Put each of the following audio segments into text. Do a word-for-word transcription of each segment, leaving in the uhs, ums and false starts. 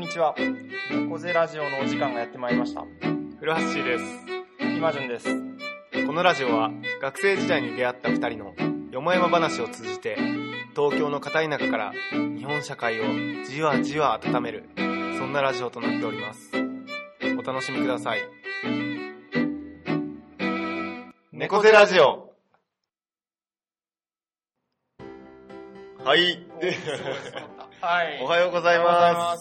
ちは。猫背ラジオのお時間がやってまいりました。 古橋です。 今順です。 このラジオは学生時代に出会ったふたりのよもやま話を通じて、東京の片田舎から日本社会をじわじわ温める、そんなラジオとなっております。お楽しみください。猫背ラジオ。はい。 はい。 おはようございます。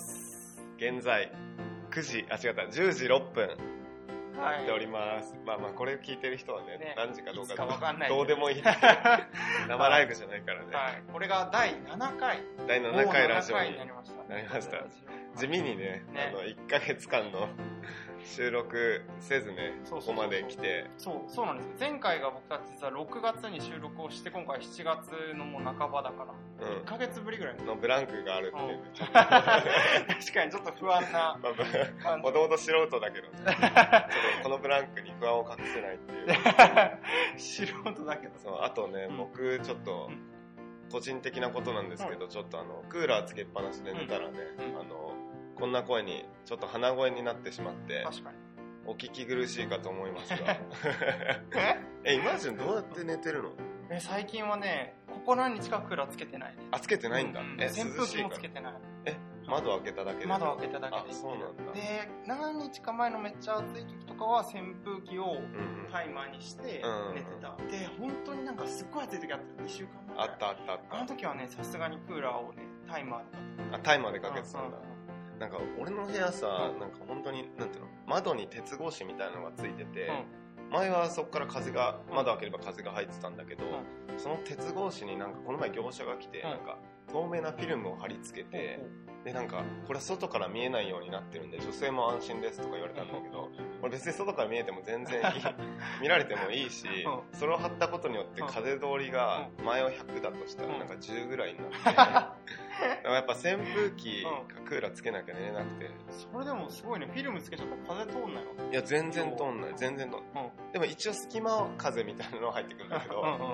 現在くじ、あ違った、じゅうじろっぷんやっております。はい、まあまあこれ聞いてる人は ね, ね何時かどうかどうでもいい生ライブじゃないからね。 はい。これがだいななかい。 だいななかいラジオになりました。 なりました。地味に ね, ねあのいっかげつかんの収録せずね、ここまで来て。 そうそうなんですよ。前回が僕たち実はろくがつに収録をして、今回しちがつのもう半ばだから、うん、いっかげつぶりぐらいのブランクがあるっていう、うん、 確かにちょっと不安なもともと素人だけどねちょっとこのブランクに不安を隠せないっていう素人だけど。 そう、あとね、うん、僕ちょっと個人的なことなんですけど、うん、ちょっとあのクーラーつけっぱなしで寝たらね、うん、あのこんな声にちょっと鼻声になってしまって、 確かにお聞き苦しいかと思いますがえ、今順どうやって寝てるの？ え、最近はね、ここ何日かクーラーつけてないね。 あ、つけてないんだ。うん、 え、扇風機もつけてない。 え、窓開けただけで？ 窓開けただけで。 あ、そうなんだ。 で、何日か前のめっちゃ暑い時とかは扇風機をタイマーにして寝てた。うんうん、で、本当になんかすっごい暑い時あった。にしゅうかんまえ。 あったあったあった。 あの時はね、さすがにクーラーをね、タイマーでかけてた。 あ、タイマーでかけてたんだ。なんか俺の部屋さ、なんか本当になんていうの、窓に鉄格子みたいなのがついてて、うん、前はそこから風が、窓開ければ風が入ってたんだけど、うん、その鉄格子になんかこの前業者が来て、うん、なんか透明なフィルムを貼り付けて、でなんかこれ外から見えないようになってるんで女性も安心ですとか言われたんだけど、俺別に外から見えても全然いい見られてもいいし、それを貼ったことによって風通りが前はひゃくだとしたらなんかじゅうぐらいになってでもやっぱ扇風機かクーラーつけなきゃ寝れなくて、 それでもすごいね。フィルムつけちゃったら風通んないの？ いや全然通んない、全然通んない、うん、でも一応隙間風みたいなのが入ってくるんだけどうん、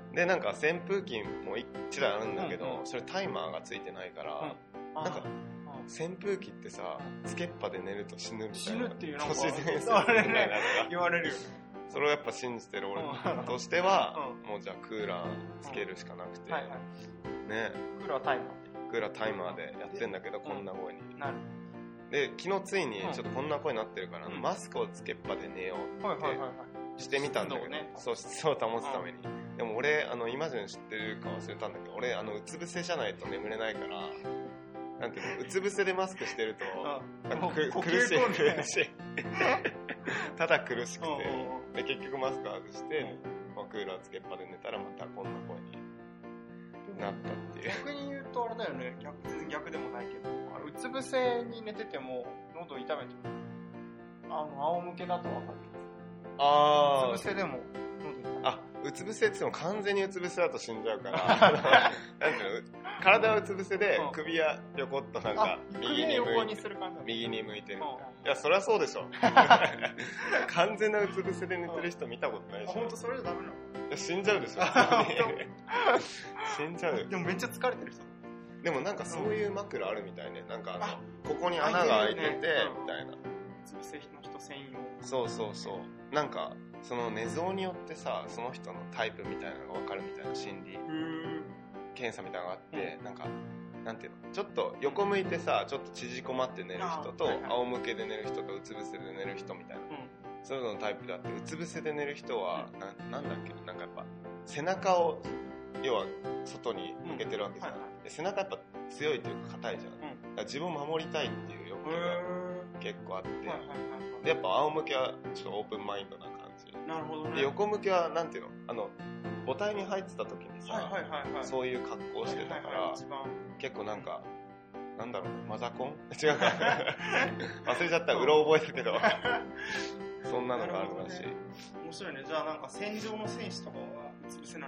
でなんか扇風機もいちだいあるんだけど、うんうん、それタイマーがついてないから、うん、なんか扇風機ってさ、つけっぱで寝ると死ぬみたいな、 死ぬっていうのが都市伝説みたいなのが言われるよね。 それをやっぱ信じてる俺としては、うん、もうじゃあクーラーつけるしかなくて、うん、はいはい、ね、 クーラータイマークーラータイマーでやってんだけど、こんな声に、 なる。 で昨日ついにちょっとこんな声になってるから、うん、マスクをつけっぱで寝ようってしてみたんだけど、ね、そう湿度を保つために、うん、でも俺あの今順知ってるか忘れたんだけど、俺あのうつ伏せじゃないと眠れないから、なんていうの、うつ伏せでマスクしてるとなんかく苦しい苦しいただ苦しくて、で結局マスク外して、まあ、クーラーつけっぱで寝たらまたこんな声になったっていう。 逆に言うとあれだよね、逆全然逆でもないけど、あのうつ伏せに寝てても喉痛めてる、あの仰向けだと分かるけど、あうつ伏せでも喉痛める。 あ、うつ伏せって言っても完全にうつ伏せだと死んじゃうからなんていうの、体はうつ伏せで首は横っとなんか右に向いて右に向いてるみたいな。いやそりゃそうでしょ完全なうつ伏せで寝てる人見たことないでしょ。 本当それじゃダメなの？ いや死んじゃうでしょ死んじゃう。 でもめっちゃ疲れてる人。 でもなんかそういう枕あるみたいね。なんかあのここに穴が開いててみたいな。うつ伏せの人専用。 そうそうそう。なんかその寝相によってさ、その人のタイプみたいなのが分かるみたいな心理検査みたいなのがあって、うん、なんかなんていうの、ちょっと横向いてさ、ちょっと縮こまって寝る人と、はいはい、仰向けで寝る人とうつ伏せで寝る人みたいな、うん、そういうののタイプであって、うつ伏せで寝る人は、うん、な, なんだっけ、なんかやっぱ背中を要は外に向けてるわけじゃん、うん、はいはい、で背中やっぱ強いというか硬いじゃん、うん、だから自分を守りたいっていう欲求が結構あって、はいはいはい、でやっぱ仰向けはちょっとオープンマインドな感じ。 なるほどね。 で横向けはなんていうの、あの母体に入ってた時にさ、 はいはいはいはい、 そういう格好をしてたから、はいはいはい、結構なんかなんだろう、マザコン違うか忘れちゃった、うろ覚えだけどそんなのがあるらしい、ね、 面白いね。じゃあなんか戦場の戦士とかはうつ伏せなの？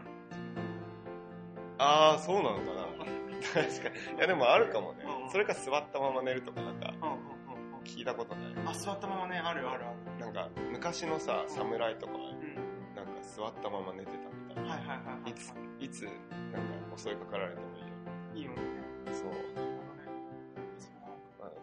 ああ、そうなのかな確かに。いやでもあるかもね、うんうん、それか座ったまま寝るとかなんか、うんうんうん、聞いたことない。 あ、座ったままね、あるあるある。 なんか昔のさ、侍とかは、うん、なんか座ったまま寝てたみたいな、 はいはいはいはい、 いついつなんか襲いかかられてもいいよ。 いいよね。 そう。まあ、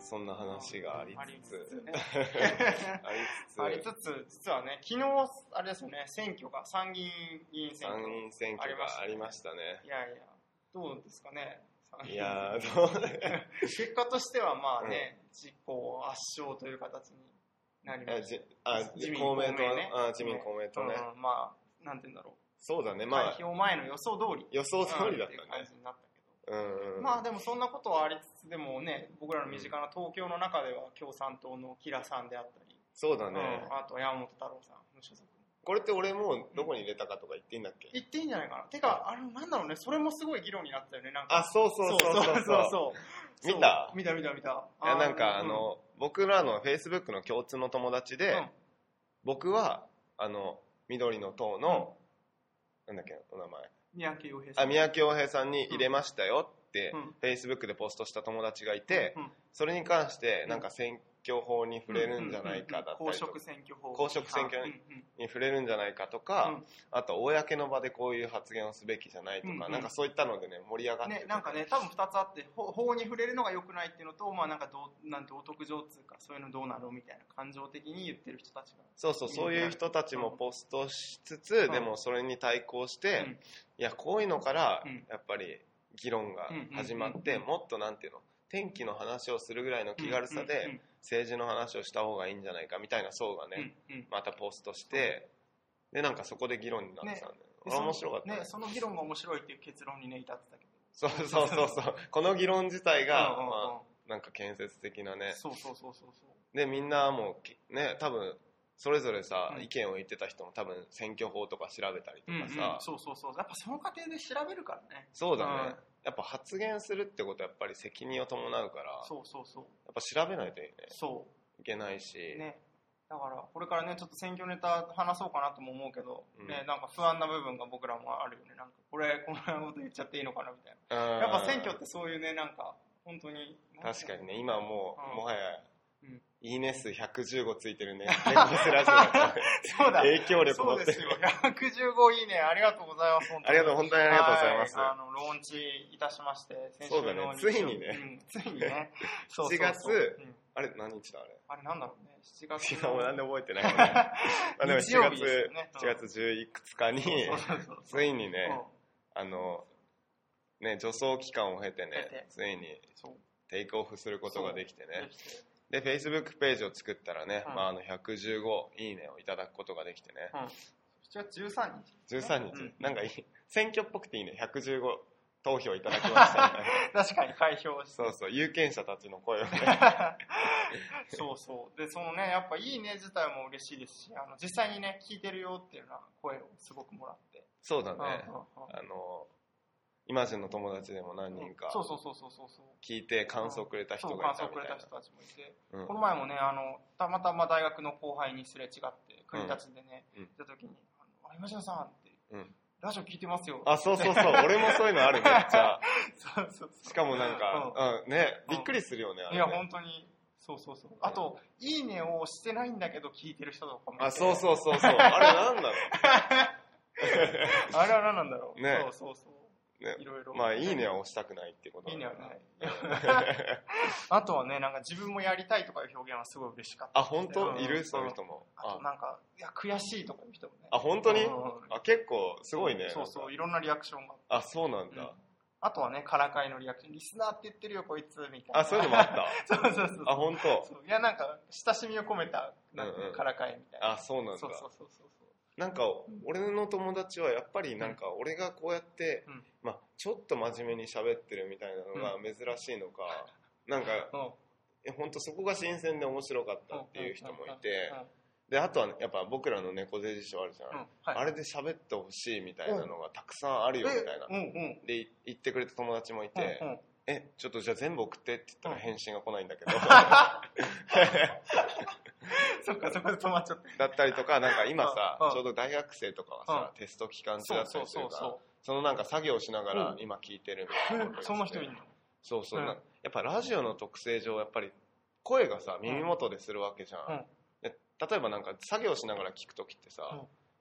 そんな話がありつつ、 ありつつねありつつありつつ実はね昨日あれですよね選挙が参議院議員選挙参議院選挙がありましたね。 いやいやどうですかね。 いやどう結果としてはまあね、うん、自公圧勝という形になりました。 あ自民公明党ね。あ自民公明党ね、 うん、まあなんて言うんだろう。 そうだね。まあ開票前の予想通り予想通りだったね。 っていう感じになったけど、 うんうん、 まあでもそんなことはありつつでもね僕らの身近な東京の中では共産党の吉良さんであったり、 そうだね、 うん、あと山本太郎さん無所属。 これって俺もうどこに入れたかとか言っていいんだっけ？ 言っていいんじゃないかな。てかあのなんだろうねそれもすごい議論になったよねなんか。 あそうそうそうそうそうそう見た？ 見た見た見た。 いやなんかあの、うん、僕らのフェイスブックの共通の友達で、うん、僕はあの緑の党の、うん、なんだっけお名前三宅洋平さん。 あ三宅洋平さんに入れましたよって、うん、フェイスブックでポストした友達がいて、うん、それに関してなんか選挙法に触れるんじゃないかだったりとか、公職選挙法公職選挙に触れるんじゃないかとか、うん、あと公の場でこういう発言をすべきじゃないとか、うんうん、なんかそういったのでね盛り上がってて、 ね、なんかね多分ふたつあって法に触れるのが良くないっていうのと、まあなんかどうなんてお得上つうかそういうのどうなのみたいな感情的に言ってる人たちがそうそうそういう人たちもポストしつつ、うん、でもそれに対抗して、うん、いやこういうのからやっぱり議論が始まって、もっとなんていうの天気の話をするぐらいの気軽さで政治の話をした方がいいんじゃないかみたいな層がね、うんうん、またポストしてでなんかそこで議論になってたんで、ね、面白かった ね, ねその議論が面白いっていう結論にね至ってたけどそうそうそうそうこの議論自体が、まあ、なんか建設的なねそうそうそうそうそうでみんなもうね多分それぞれさ、うん、意見を言ってた人も多分選挙法とか調べたりとかさ、 うんうん、そうそうそうやっぱその過程で調べるからねそうだね、うんやっぱ発言するってことはやっぱり責任を伴うからそうそうそうやっぱ調べないといいねそういけないし、 ね、だからこれからねちょっと選挙ネタ話そうかなとも思うけど、うんね、なんか不安な部分が僕らもあるよねなんかこれこんなこと言っちゃっていいのかなみたいなやっぱ選挙ってそういうねなんか本当に確かにね今もう、うん、もはやうん、 いいね数ひゃくじゅうごついてるね。ネットスラジオだからそうだ。 影響力持ってる。 そうですよ。ひゃくじゅうごいいね。ありがとうございます。 ありがとう、本当にありがとうございます。 あの、ローンチいたしまして、 先週のそうだね、ついにね。 うん、ついにね。そうそうそうしちがつ、うん、あれ、何日だあれ。 あれ、なんだろうね。しちがつ。 違う、もうなんで覚えてないからね。まあでもしちがつ、 ね、 しちがつじゅういくつかに、ついにね、あの、ね、助走期間を経てね、ついにテイクオフすることができてね。で、Facebook ページを作ったらね、うんまあ、あのひゃくじゅうごいいねをいただくことができてね。 うん、しちがつじゅうさんにち。 じゅうさんにち。うん、なんかいい、選挙っぽくていいね。ひゃくじゅうご投票いただきましたね。 確かに開票して。 そうそう、有権者たちの声をね。 そうそう。で、そのね、やっぱいいね自体も嬉しいですし、あの実際にね、聞いてるよっていうような声をすごくもらって。 そうだね。うんうんうん、あの、イマジンの友達でも何人か聞いて感想くれた人がいたみたいな、うん、感想くれた人たちもいて、うん、この前もねあのたまたま大学の後輩にすれ違って国立でね、うん、行った時に「あのイマジンさん」って、うん、ラジオ聞いてますよ」 あそうそうそう俺もそういうのあるめっちゃそうそうそうしかもなんか、うんうん、ねびっくりするよね、あれねいや本当にそうそうそうあと「いいね」をしてないんだけど聞いてる人とかもいてあそうそうそうそうあれなんだろうあれは何なんだろうねそうそうそうね、 いろいろまあいいねは押したくないってこといいねはないあとはねなんか自分もやりたいとかいう表現はすごい嬉しかった、 ね、あ本当、うん、いるそういう人もあとなんかいや悔しいとかいう人もねあ本当に、うん、あ結構すごいねそうそういろんなリアクションがあそうなんだ、うん、 あとはねからかいのリアクションリスナーって言ってるよこいつみたいなあそういうのもあったそうそうそうあ本当いやなんか親しみを込めたなんかからかいみたいな、 うんうん、あそうなんだそうそうそうそうなんか俺の友達はやっぱりなんか俺がこうやって、うんまあ、ちょっと真面目に喋ってるみたいなのが珍しいのか、うん、なんか、うん、本当そこが新鮮で面白かったっていう人もいて、であとはやっぱ僕らの猫背辞書あるじゃん、うんはい、あれで喋ってほしいみたいなのがたくさんあるよみたいな、うんうん、で言ってくれた友達もいて、うんうん、えちょっとじゃあ全部送ってって言ったら返信が来ないんだけど、 そっかそこで止まっちゃってだったりとかなんか今さちょうど大学生とかはさテスト期間中だったりするからそのなんか作業しながら今聞いてるみたいな、 うん、そんな人いるのそうそう、うん、やっぱラジオの特性上やっぱり声がさ耳元でするわけじゃん、うん、で例えばなんか作業しながら聞くときってさ、うん、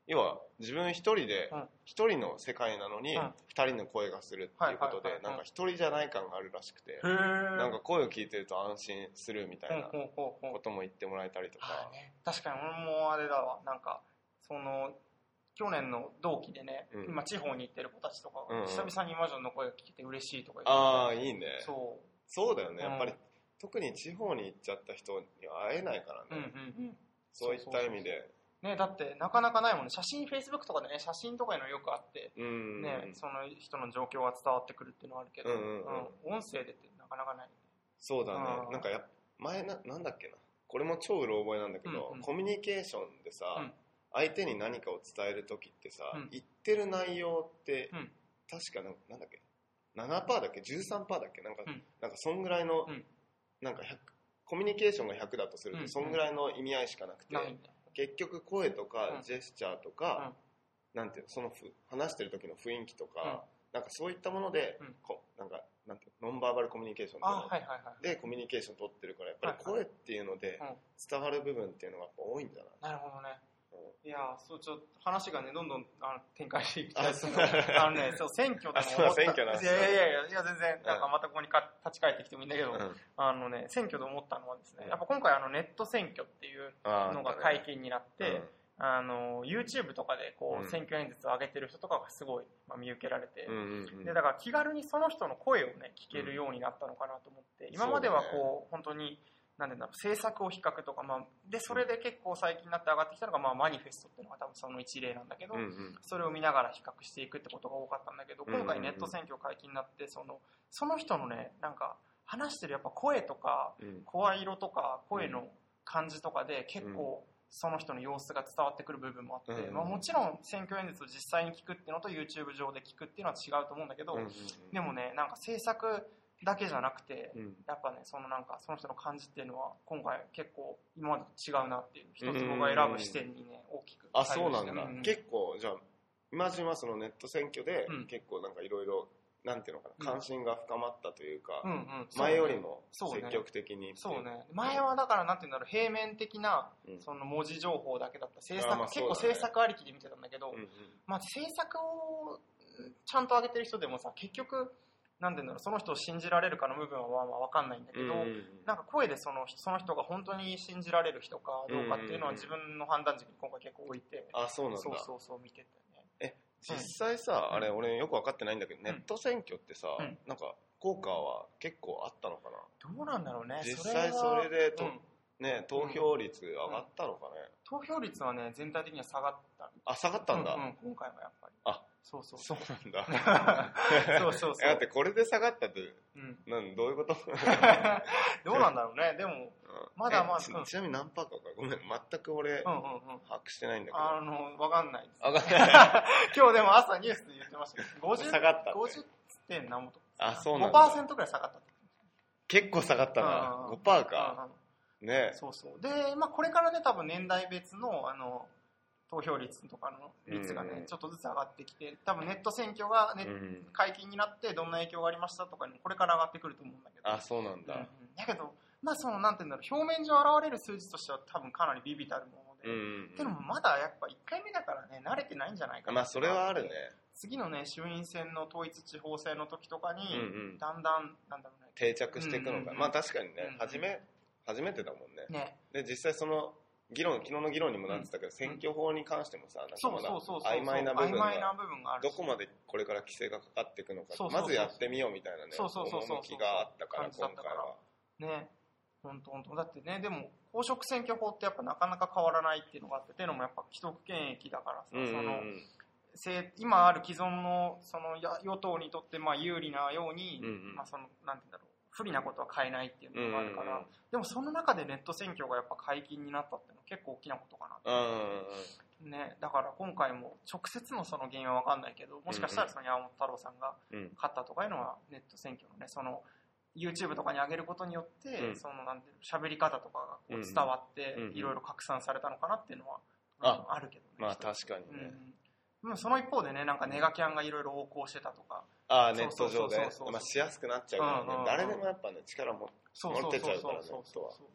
要は自分一人で一人の世界なのに二人の声がするっていうことで、なんか一人じゃない感があるらしくて、なんか声を聞いてると安心するみたいなことも言ってもらえたりとか。 確かに俺もあれだわ、なんかその去年の同期でね、うん、今地方に行ってる子たちとか、うんうん、久々にマジョンの声が聞けて嬉しいとか言って、 ああいいね。 そうそうだよね、やっぱり、うん、特に地方に行っちゃった人には会えないからね、うんうんうん、そういった意味でね、だってなかなかないもんね。写真、フェイスブックとかでね、写真とかいうのよくあって、うんうんうん、ね、その人の状況が伝わってくるっていうのはあるけど、うんうんうん、音声でってなかなかない、ね。 そうだね。なんかや前な、なんだっけな。これも超うろ覚えなんだけど、うんうん、コミュニケーションでさ、うん、相手に何かを伝えるときってさ、うん、言ってる内容って、うん、確かな、なんだっけ、ななパーセント だっけ ?じゅうさんパーセント だっけなんか、うん、なんかそんぐらいの、うん、なんかひゃく、コミュニケーションがひゃくだとすると、うん、そんぐらいの意味合いしかなくて、うん結局声とかジェスチャーとか、うん、なんていうのその話してる時の雰囲気とか、うん、なんかそういったもので、うん、こなんかなんていうノンバーバルコミュニケーションで、はいはいはい、でコミュニケーション取ってるからやっぱり声っていうので伝わる部分っていうのがやっぱ多いんじゃない？ なるほどね。いやそうちょっと話がねどんどんあの展開していきたいですけど、あのねそう選挙でも思った。選挙なんですよ。いやいやいやいや全然なんかまたここにか立ち返ってきてもいいんだけど、うん、あのね選挙で思ったのはですね、やっぱ今回あのネット選挙っていうのが解禁になって、あの YouTube とかでこう選挙演説を上げてる人とかがすごいまあ見受けられて、うんうんうん、でだから気軽にその人の声をね聞けるようになったのかなと思って、今まではこう本当になんでだろう政策を比較とか、まあ、でそれで結構最近になって上がってきたのが、まあ、マニフェストっていうのが多分その一例なんだけど、うんうん、それを見ながら比較していくってことが多かったんだけど、今回ネット選挙解禁になってそのその人のねなんか話してるやっぱ声とか、うん、声色とか声の感じとかで結構その人の様子が伝わってくる部分もあって、うんまあ、もちろん選挙演説を実際に聞くっていうのと YouTube 上で聞くっていうのは違うと思うんだけど、うんうんうん、でもねなんか政策だけじゃなくて、うん、やっぱねそのなんかその人の感じっていうのは今回結構今までと違うなっていう一つ僕が選ぶ視点にね大きくあそうなんだ、うん、結構じゃあ今順はそのネット選挙で結構なんかいろいろなんていうのかな関心が深まったというか、うんうんうん、前よりも積極的にそうね、そうね前はだからなんていうんだろう平面的なその文字情報だけだった政策、まあね、結構政策ありきで見てたんだけど、うんうんまあ、政策をちゃんと上げてる人でもさ結局なんていうんだろうその人を信じられるかの部分はまあ分かんないんだけど、うんうん、なんか声でそのその人が本当に信じられる人かどうかっていうのは自分の判断軸に今回結構置いて、 あそうなんだそうそうそう見ててねえ実際さ、うん、あれ俺よく分かってないんだけど、うん、ネット選挙ってさ、うん、なんか効果は結構あったのかなどうなんだろうね実際それでと、うんね、投票率上がったのかね、 うん、投票率はね全体的には下がったあ下がったんだ、 うんうん、今回はやっぱりあそうそうそうなんだそうそうそうだってこれで下がったって、うん、なんどういうことどうなんだろうねでも、うん、まだまだち, ちなみに何パーかかごめん全く俺、うんうんうん、把握してないんだけどあの分かんないです分かんない今日でも朝ニュースで言ってましたけどごじゅう下がったごじゅってん何もとあそうなんだごパーセント くらい下がったって結構下がったな、うん、ごパーセント か、うん、ねそうそうで、まあ、これからね多分年代別のあの投票率とかの率がね、うんうん、ちょっとずつ上がってきて多分ネット選挙が、ねうん、解禁になってどんな影響がありましたとかにこれから上がってくると思うんだけどあそうなんだ、うんうん、 だけどまあそのなんていうんだろう表面上現れる数字としては多分かなりビビたるもので、うんうん、でもまだやっぱいっかいめだからね慣れてないんじゃないかなまあそれはあるね次のね衆院選の統一地方選の時とかに、うんうん、だんだんなんだろうね定着していくのか、うんうんうん、まあ確かにね、うんうん、初め初めてだもんねねで実際その議論昨日の議論にもなってたけど、うん、選挙法に関してもさなんかまだ曖昧な部分がどこまでこれから規制がかかっていくのかまずやってみようみたいなね趣があったから今回はね本当本当だってねでも公職選挙法ってやっぱなかなか変わらないっていうのがあってっていうのもやっぱ既得権益だからさ、うんうん、その今ある既存のその与党にとってまあ有利なように、うんうんまあ、そのなんていうんだろう不利なことは変えないっていうのがあるから、うんうんうん、でもその中でネット選挙がやっぱ解禁になったっていうのは結構大きなことかなって、うんうんね、だから今回も直接のその原因は分かんないけどもしかしたらその山本太郎さんが勝ったとかいうのはネット選挙のねその YouTube とかに上げることによって、うん、そのなんていう喋り方とかがこう伝わっていろいろ拡散されたのかなっていうのは、うん、あるけどねまあ確かにね、 うん、その一方でねなんかネガキャンがいろいろ横行してたとかああネット上でまあしやすくなっちゃうからね、うんうんうん、誰でもやっぱね力も持ってちゃうからネットは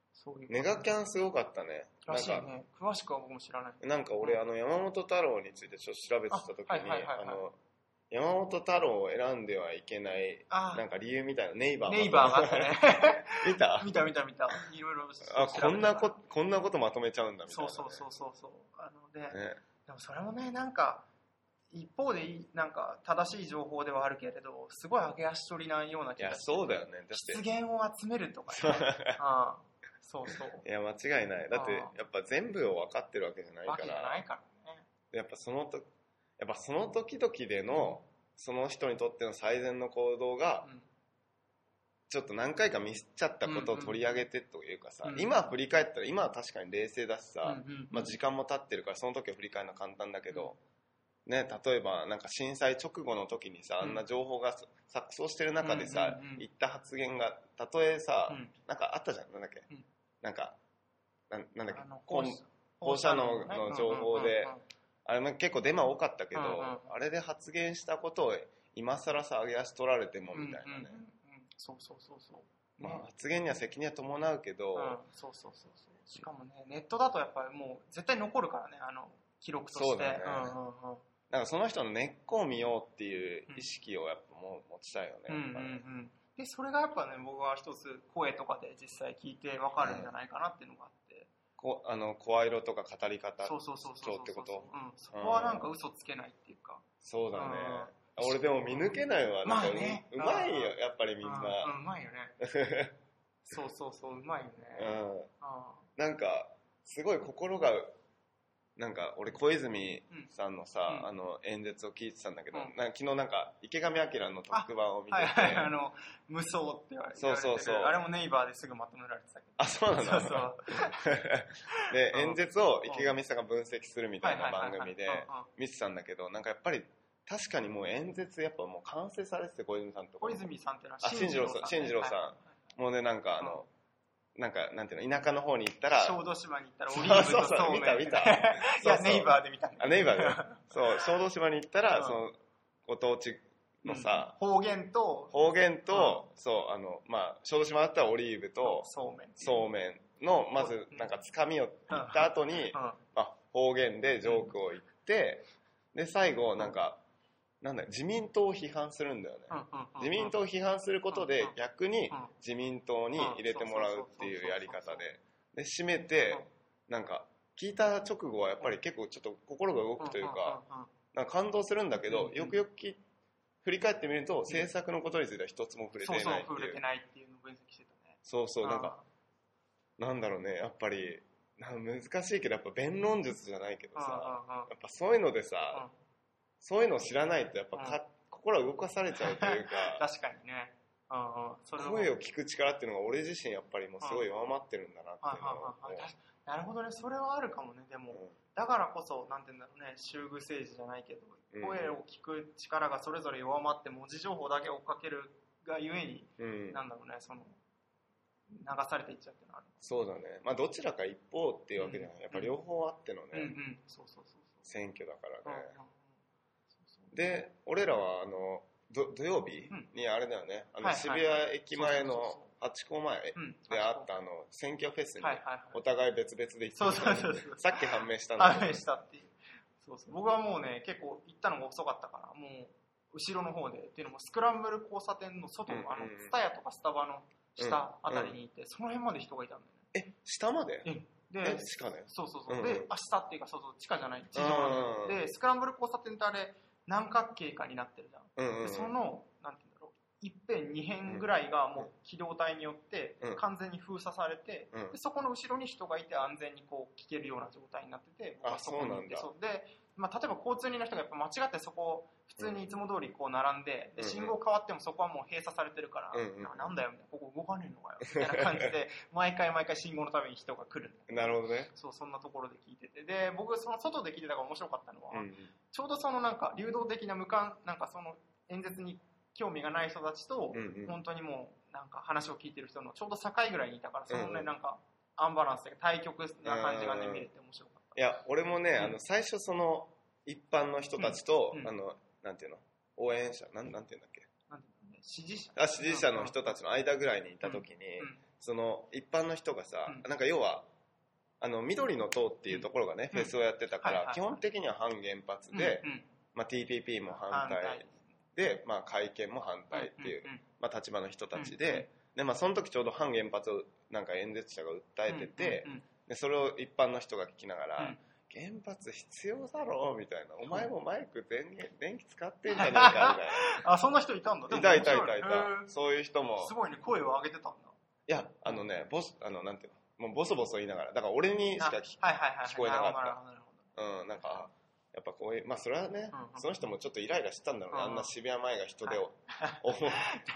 そういうネガキャンすごかったね。 らしいね。詳しくは僕も知らない。 なんか俺、うん、あの山本太郎についてちょっと調べてた時に、あ、はいはいはいはい、あの山本太郎を選んではいけないなんか理由みたいなネイバーネイバーがあったね。 見た？ 見た見た見た。いろいろあ、こんなここんなことまとめちゃうんだみたいな、ね。 そうそうそうそうそう。あので、ね、でもそれもねなんか一方でなんか正しい情報ではあるけれど、すごい揚げ足取りなような気がして。 いやそうだよね。だって失言を集めるとかね。ああそうそう。 いや間違いない。だってやっぱ全部を分かってるわけじゃないから。わけじゃないからね。 やっぱそのとやっぱその時々での、うんその人にとっての最善の行動が、うん、ちょっと何回かミスっちゃったことを取り上げてというかさ、うんうん、今振り返ったら今は確かに冷静だしさ、うんうんうんまあ、時間も経ってるからその時を振り返るのは簡単だけど、うんね、例えばなんか震災直後の時にさ、うん、あんな情報が錯綜してる中でさ、うんうんうん、言った発言がたとえさ、うん、なんかあったじゃんなんだっけ、うん、なんかななんだっけ放射能の情報で、うんうんうんうんあれも結構デマ多かったけど、うんうん、あれで発言したことを今更さ上げ足取られてもみたいなね、うんうんうん、 そうそうそうそう、 ねまあ、発言には責任は伴うけど、うん、 そうそうそうそうしかもねネットだとやっぱりもう絶対残るからねあの記録としてそうだね、うんうんうん、なんかその人の根っこを見ようっていう意識をやっぱもう持ちたいよね、うんうんうん、 でそれがやっぱね僕は一つ声とかで実際聞いて分かるんじゃないかなっていうのがあって、うんこあの声色とか語り方調ってこと？ そこはなんか嘘つけないっていうか。 そうだね。うん、俺でも見抜けないわ。なんかう、まあね、うまいよやっぱりみんな。 うん、うまいよね。そうそうそううまいよね。 うん。なんかすごい心がなんか俺小泉さんのさ、うん、あの演説を聞いてたんだけど、うん、なんか昨日なんか池上彰の特番を見てて、 はいはい、あの無双って言われてる、そうそうそう、あれもネイバーですぐまとめられてたけど、 あそうなんだ、そうそうで演説を池上さんが分析するみたいな番組で見てたんだけど、なんかやっぱり確かにもう演説やっぱもう完成されてて小泉さんとか、 小泉さんってのは新次郎さん、新次郎さん、はい、もうねなんかあの、うんなんかなんていうの田舎の方に行ったら小豆島に行ったらオリーブとそうめん見た見たいやネイバーで見たあネイバーでそう小豆島に行ったら、うん、そのご当地のさ、 うん、方言と方言と、うん、そうあのまあ小豆島だったらオリーブとそうめんそうめんのまずなんかつかみを言った後に、うん、あ方言でジョークを言って、で最後なんかなんだ自民党を批判するんだよね、うんうんうんうん、自民党を批判することで逆に自民党に入れてもらうっていうやり方でで締めてなんか聞いた直後はやっぱり結構ちょっと心が動くというかなんか感動するんだけどよくよくき振り返ってみると政策のことについては一つも触れていないっていう、 そうそう触れてないっていうのを分析してたね。 そうそうなんかなんだろうねやっぱり難しいけどやっぱ弁論術じゃないけどさやっぱそういうのでさそういうのを知らないとやっぱか、うん、心が動かされちゃうというか確かにね、うんうん、それ声を聞く力っていうのが俺自身やっぱりもうすごい弱まってるんだなっていうのを、うん、 なるほどねそれはあるかもねでも、うん、だからこそなんていうんだろうね集具政治じゃないけど、うん、声を聞く力がそれぞれ弱まって文字情報だけ追っかけるがゆえに、うん、なんだろうねその流されていっちゃうっていうのはあるそうだねまあどちらか一方っていうわけじゃない、うん、やっぱ両方あってのね、 うんうん、そうそうそうそう選挙だからね、うんうんで俺らはあの土曜日にあれだよね、うん、あの渋谷駅前のハチ公前であったあの選挙フェスにお互い別々で行ってた、 そうそうそうさっき判明したんだけど判明したっていうそうそう僕はもうね結構行ったのが遅かったからもう後ろの方でっていうのもスクランブル交差点の外、うんうん、あのツタヤとかスタバの下あたりにいて、うんうん、その辺まで人がいたんだよね。 え下まで、 うんで地下でそうそうそう、うんうん、で明日っていうかそうそう地下じゃない地上なんで、うんうん、でスクランブル交差点ってあれ何角形かになってるじゃん、うんうんうん、でそのなんていうんだろう一辺二辺ぐらいがもう機動隊によって完全に封鎖されて、うん、でそこの後ろに人がいて安全にこう聞けるような状態になってて僕はそこに行ってそうで、まあ、例えば交通人の人がやっぱ間違ってそこを普通にいつも通りこう並んで、で信号変わってもそこはもう閉鎖されてるから、うんうん、な, なんだよみたいなここ動かねえのかよみたいな感じで毎回毎回信号のために人が来るんだなるほどねそうそんなところで聞いててで僕その外で聞いてたから面白かったのは、うんうん、ちょうどそのなんか流動的な無関なんかその演説に興味がない人たちと、うんうん、本当にもうなんか話を聞いてる人のちょうど境ぐらいにいたからそのね、うんうん、なんかアンバランスで対極な感じがね見れて面白かった。 いや俺もね、うん、あの最初その一般の人たちと、うんうん、あのなんていうの応援者なんなんていうんだっけなんていうの、ね、支持者あ支持者の人たちの間ぐらいにいた時に、うんうん、 その一般の人がさ、うん、なんか要はあの緑の党っていうところがね、うん、フェスをやってたから、はいはいはい、基本的には反原発で、うんうんまあ、ティーピーピー も反対で、まあ、改憲も反対っていう、うんうんうんまあ、立場の人たちで、うんうんでまあ、その時ちょうど反原発をなんか演説者が訴えてて、うんうんうん、でそれを一般の人が聞きながら、うん、原発必要だろうみたいな、お前もマイク電源電気使ってんじゃねえかみたいなあそんな人いたんだ。 いたいたいたいたそういう人もすごいね声を上げてたんだ。 いやあのねボスあのなんていうのもうボソボソ言いながらだから俺にしか聞、はいはいはい、聞こえなかったうんなんかやっぱこういうまあそれはね、うんうん、その人もちょっとイライラしてたんだろうね、うんうん、あんな渋谷前が人手を、はい、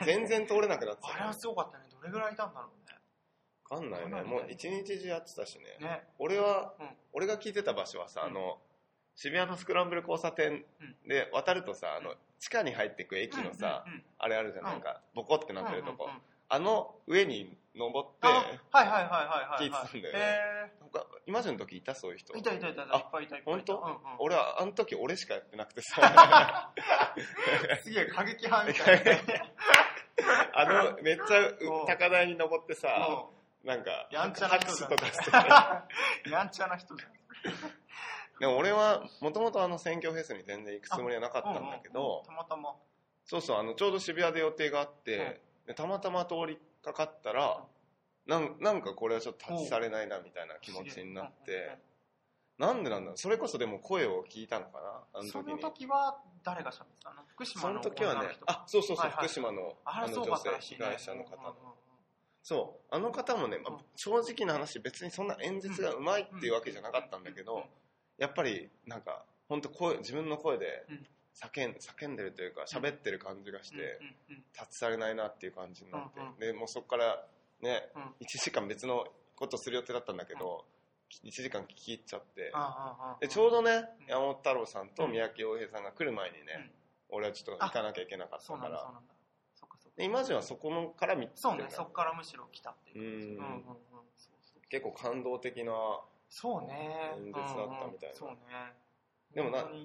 全然通れなくなってた、ね、 あれはすごかったね。どれぐらいいたんだろうね。 分かんないね。もう一日中やってたしね。ね俺は、うん、俺が聞いてた場所はさ、うん、あの渋谷のスクランブル交差点で渡るとさ、あの地下に入っていく駅のさ、うんうんうん、あれあるじゃん、なんかボコってなってるとこ、うんうんうん、あの上に登ってはいはいはいはい聞いてたんだよね。なんか今の時いたそういう人。 いたいたいたいた。いっぱいいたいっぱいいた。 本当？うんうん、俺はあの時俺しかやってなくてさ。 すげえ過激派みたいな。 あのめっちゃ高台に登ってさ。なんかやんちゃな人じゃん。 やんちゃな人じゃん。 でも俺はもともとあの選挙フェスに全然行くつもりはなかったんだけど、 たまたまそうそうあのちょうど渋谷で予定があって、うん、でたまたま通りかかったら、うん、なんなんかこれはちょっと立ち去れないなみたいな気持ちになって、なんでなんだろう。それこそでも声を聞いたのかなあの時に。その時は誰が喋ってたの？福島の女の人。その時はね、 あそうそうそう、はいはい、福島のあの女性被害者の方の。そうあの方もね、まあ、正直な話別にそんな演説がうまいっていうわけじゃなかったんだけど、やっぱりなんか本当声自分の声で叫ん、叫んでるというか喋ってる感じがして立ち去れないなっていう感じになって、でもうそこからねいちじかん別のことする予定だったんだけどいちじかん聞き入っちゃって、でちょうどね山本太郎さんと三宅洋平さんが来る前にね俺はちょっと行かなきゃいけなかったから、イマジンはそこのから見てそうね、そこからむしろ来たっていう感じ。 結構感動的なそうね演説だったみたいな。 そうね。 でもな、うん、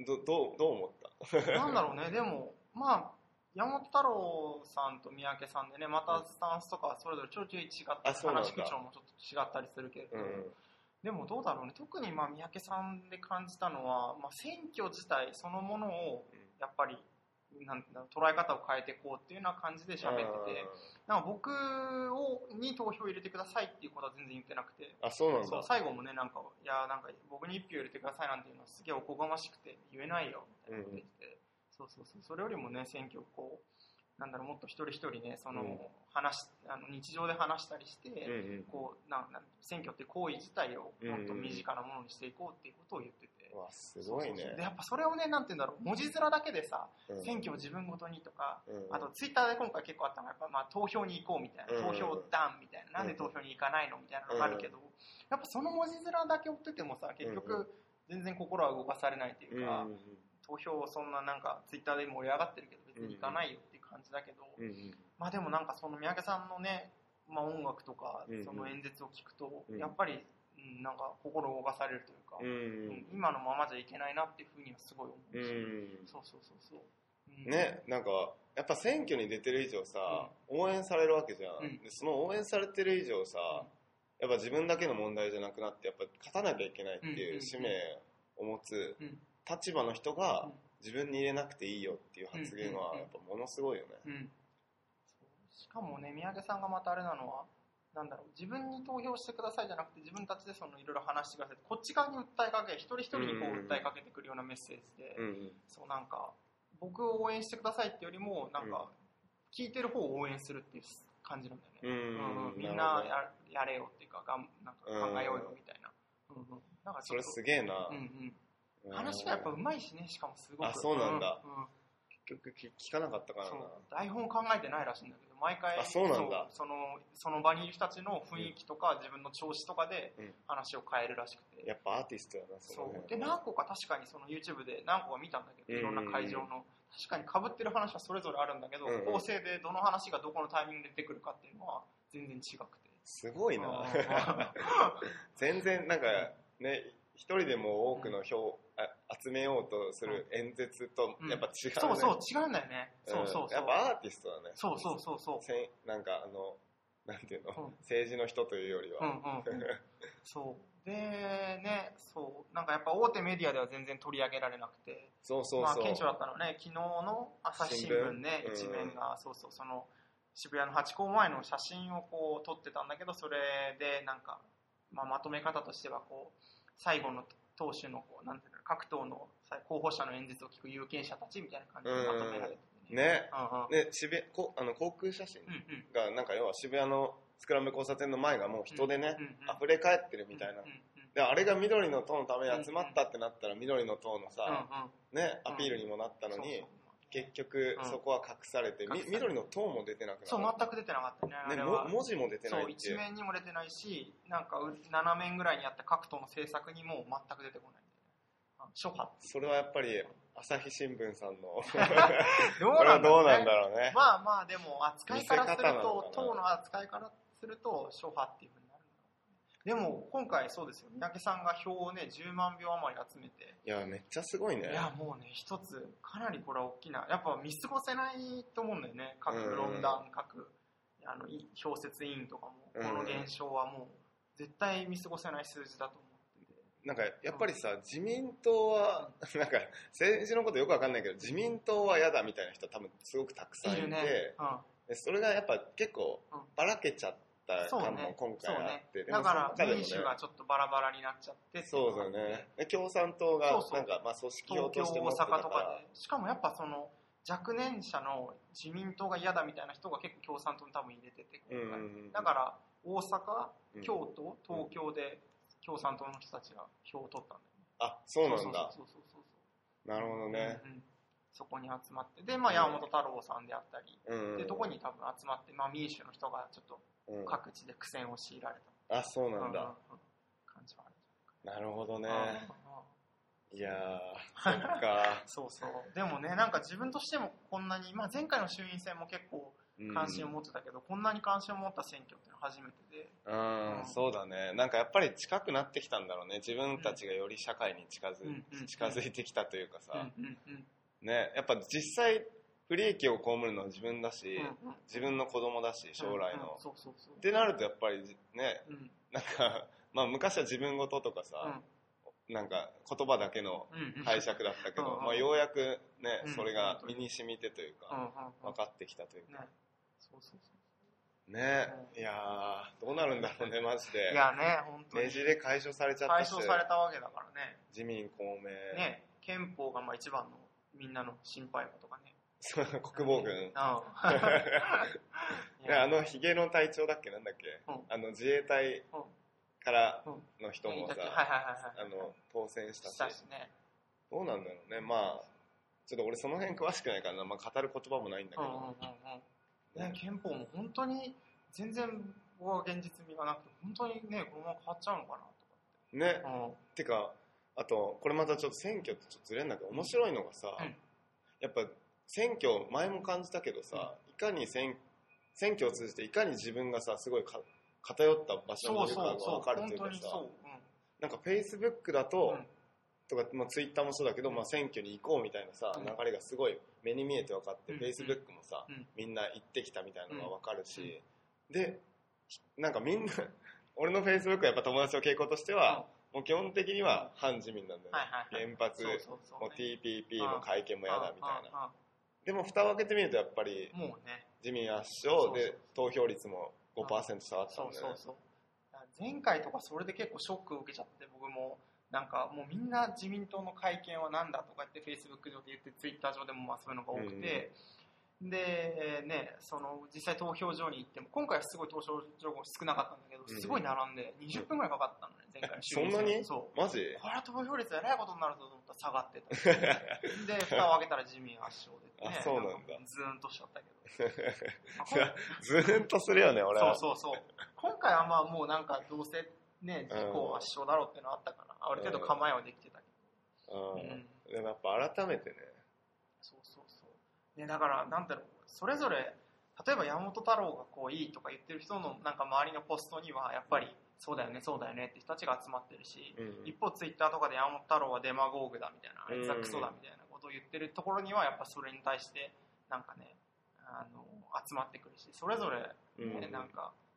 どどうどう思った？ なんだろうね。でもまあ山本太郎さんと三宅さんでね、またスタンスとかそれぞれちょいちょい違った、話口調もちょっと違ったりするけれど、うん、でもどうだろうね。特にまあ三宅さんで感じたのは、まあ選挙自体そのものをやっぱりなんだ捉え方を変えていこうっていうような感じで喋ってて、なんか僕をに投票入れてくださいっていうことは全然言ってなくて、 あ、そうなんだ。 そう最後もねなんかいやなんか僕に一票入れてくださいなんていうのはすげえおこがましくて言えないよみたいなこと言ってて、うん、そうそうそうそれよりもね選挙をこうなんだろうもっと一人一人ねその、うん、話あの日常で話したりして、うんうん、こうなんなん選挙って行為自体をもっと身近なものにしていこうっていうことを言ってて、 うんうん、わすごいね。 そうそうそうでやっぱそれをねなんて言うんだろう文字面だけでさ、うん、選挙を自分ごとにとか、うん、あとツイッターで今回結構あったのがやっぱ、まあ、投票に行こうみたいな、うん、投票ダンみたいな、なんで投票に行かないのみたいなのがあるけど、うん、やっぱその文字面だけ追っててもさ結局全然心は動かされないというか、うん、投票そんななんかツイッターで盛り上がってるけど別に行かないよっていう感じだけど、うん、まあでもなんかその三宅さんのね、まあ、音楽とかその演説を聞くと、うん、やっぱり、うん、なんか心動かされるというか、うん、今のままじゃいけないなっていうふうにはすごい思うし、うん、そうそうそうそう、 うん、ね、なんかやっぱ選挙に出てる以上さ、うん、応援されるわけじゃん、うん、でその応援されてる以上さ、やっぱ自分だけの問題じゃなくなってやっぱ勝たなきゃいけないっていう使命を持つ立場の人が自分に入れなくていいよっていう発言はやっぱものすごいよね、うんうんうん、 しかもね三宅さんがまたあれなのはなんだろう自分に投票してくださいじゃなくて自分たちでそのいろいろ話してくださいこっち側に訴えかけ一人一人にこう訴えかけてくるようなメッセージで、うんうん、そうなんか僕を応援してくださいってよりもなんか聞いてる方を応援するっていう感じなんだよね、うんうん、みんな や, やれよっていうかがんなんか考えようよみたいな、うんうん、なんかそれすげえな、 うんうん、話がやっぱうまいしねしかもすごくあそうなんだ、うんうん結局聞かなかったからな。 台本考えてないらしいんだけど毎回あそうなんだそ, そ, のその場にいる人たちの雰囲気とか、うん、自分の調子とかで話を変えるらしくて、 やっぱアーティストやなそうで何個か確かにその YouTube で何個か見たんだけどいろんな会場の確かに被ってる話はそれぞれあるんだけど、うんうん、構成でどの話がどこのタイミングで出てくるかっていうのは全然違くてすごいな全然なんかね一人でも多くの票、うん、集めようとする演説とやっぱ違うね、 うん、そうそう違うんだよね、うん、そうそうそうやっぱアーティストだねそうそうそうそうなんかあのなんていうの、うん、政治の人というよりは、うんうん、 そうでね、そうなんかやっぱ大手メディアでは全然取り上げられなくて、 そうそうそう、 まあ、顕著だったのね、昨日の朝日新聞ね、一面が、うん、そうそう、その渋谷のハチ公前の写真をこう撮ってたんだけど、それでなんか、まあ、まとめ方としてはこう最後の党首のこうなんていうの、各党の候補者の演説を聞く有権者たちみたいな感じでまとめられててね、 ね、うんうん、で渋谷こあの航空写真がなんか要は渋谷のスクランブル交差点の前がもう人でね、うんうんうん、溢れ返ってるみたいな、うんうんうん、であれが緑の党のために集まったってなったら緑の党のさ、うんうん、ね、アピールにもなったのに、うん、そうそう、結局そこは隠されて、うん、緑の党も出てなくなった。 そう、全く出てなかったね。あれはね、文字も出てないっていう。 そう、一面にも出てないし、なんか斜面ぐらいにあった各党の政策にも全く出てこない。諸派。 それはやっぱり朝日新聞さんのどうなんだろうね。 どうなんだろうね。 まあまあでも扱いからすると、党の扱いからすると諸派っていうふうになるんだろう。でも今回そうですよ。三宅さんが票をねじゅうまんひょう余り集めて。 いやめっちゃすごいね。 いやもうね一つかなりこれは大きな、やっぱ見過ごせないと思うんだよね。各論壇、各あの評説委員とかもこの現象はもう絶対見過ごせない数字だと思う。 なんかやっぱりさ、自民党はなんか政治のことよくわかんないけど自民党は嫌だみたいな人多分すごくたくさんいて、いるね、うん、それがやっぱ結構ばらけちゃった感も今回あって、ねね、 だから民主がちょっとバラバラになっちゃってそうだよね。共産党がなんかまあ組織票として持ってたから、 東京大阪とかでしかもやっぱその若年者の自民党が嫌だみたいな人が結構共産党に多分入れてて今回、うんうんうん、だから大阪、京都、東京で共産党の人たちが票を取ったんだよね。 あ、そうなんだ。そうそうそうそうなるほどね、うんうん。 そこに集まって、で、まあ、山本太郎さんであったり、うん、で、どこに多分集まって、まあ、民主の人がちょっと各地で苦戦を強いられた。 うん、あ、そうなんだ。うんうん、 感じはある。 なるほどね。いやー、そっか。 そうそう。でもね、なんか自分としてもこんなに、まあ、前回の衆院選も結構、関心を持ってたけど、うん、こんなに関心を持った選挙ってのは初めてで、 うん、うん、そうだね。なんかやっぱり近くなってきたんだろうね。自分たちがより社会に近づ、うん、近づいてきたというかさ、うんうんうん、ね、やっぱ実際不利益を被るのは自分だし、うんうん、自分の子供だし将来の、ってなるとやっぱりね、うん、なんかまあ昔は自分事とかさ、うん、なんか言葉だけの解釈だったけど、うんうん、まあ、ようやくね、うん、それが身に染みてというか、うん、分かってきたというか、ね、そうそうそうね、うん、いやーどうなるんだろうねマジで。 いやね本当にねじれ解消されちゃったし、 解消されたわけだからね。 自民公明ね、憲法がまあ一番のみんなの心配事とかね。 国防軍、うん、いやあのヒゲの隊長だっけなんだっけ、うん、あの自衛隊からの人もさ、あの当選したし、 したしね、 どうなんだろうね。まあちょっと俺その辺詳しくないからな、まあ、語る言葉もないんだけど、うんうんうんうんね、憲法も本当に全然僕は現実味がなくて本当にねこのまま変わっちゃうのかなとかってね、うん、てかあとこれまたちょっと選挙ってちょっとずれるんだけど面白いのがさ、うん、やっぱ選挙前も感じたけどさ、うん、いかに選選挙を通じていかに自分がさすごいか偏った場所にいるかが分かるというかさ、なんか Facebook だと、うんとかまあ、ツイッターもそうだけど、まあ、選挙に行こうみたいなさ、うん、流れがすごい目に見えて分かって、うん、Facebook もさ、うん、みんな行ってきたみたいなのが分かるし、うん、でなんかみんな俺の Facebook はやっぱ友達の傾向としては、もう基本的には反自民なんだよね、はいはいはい、原発も ティーピーピー の会見も嫌だみたいな。でも蓋を開けてみるとやっぱりもう、ね、自民圧勝で投票率も ごパーセント 下がったんだよね。そうそうそう、 前回とかそれで結構ショックを受けちゃって僕もなんかもうみんな自民党の会見はなんだとか言って Facebook 上で言って Twitter 上でもまあそういうのが多くて、うん、でねその実際投票所に行っても今回はすごい投票所が少なかったんだけどすごい並んでにじゅっぷんぐらいかかったのね前回の衆院選。そんなに？そうマジ？ これは投票率えらいことになると思ったら下がってたで蓋を開けたら自民圧勝で、ね、 あそうなんだ。 ズーンとしちゃったけどズーンとするよね俺は。 そうそうそう今回はまあもうなんかどうせね、自公圧勝だろうっていうのはあったから、ある程度構えはできてたけど、うん、でもやっぱ改めてね、 そうそうそう、ね、だからなんだろう、それぞれ例えば山本太郎がこういいとか言ってる人のなんか周りのポストにはやっぱりそうだよねそうだよねって人たちが集まってるし、うん、一方ツイッターとかで山本太郎はデマゴーグだみたいな、あいつはクソだみたいなことを言ってるところにはやっぱそれに対してなんかねあの集まってくるし、それぞれ、ね、うん、なんか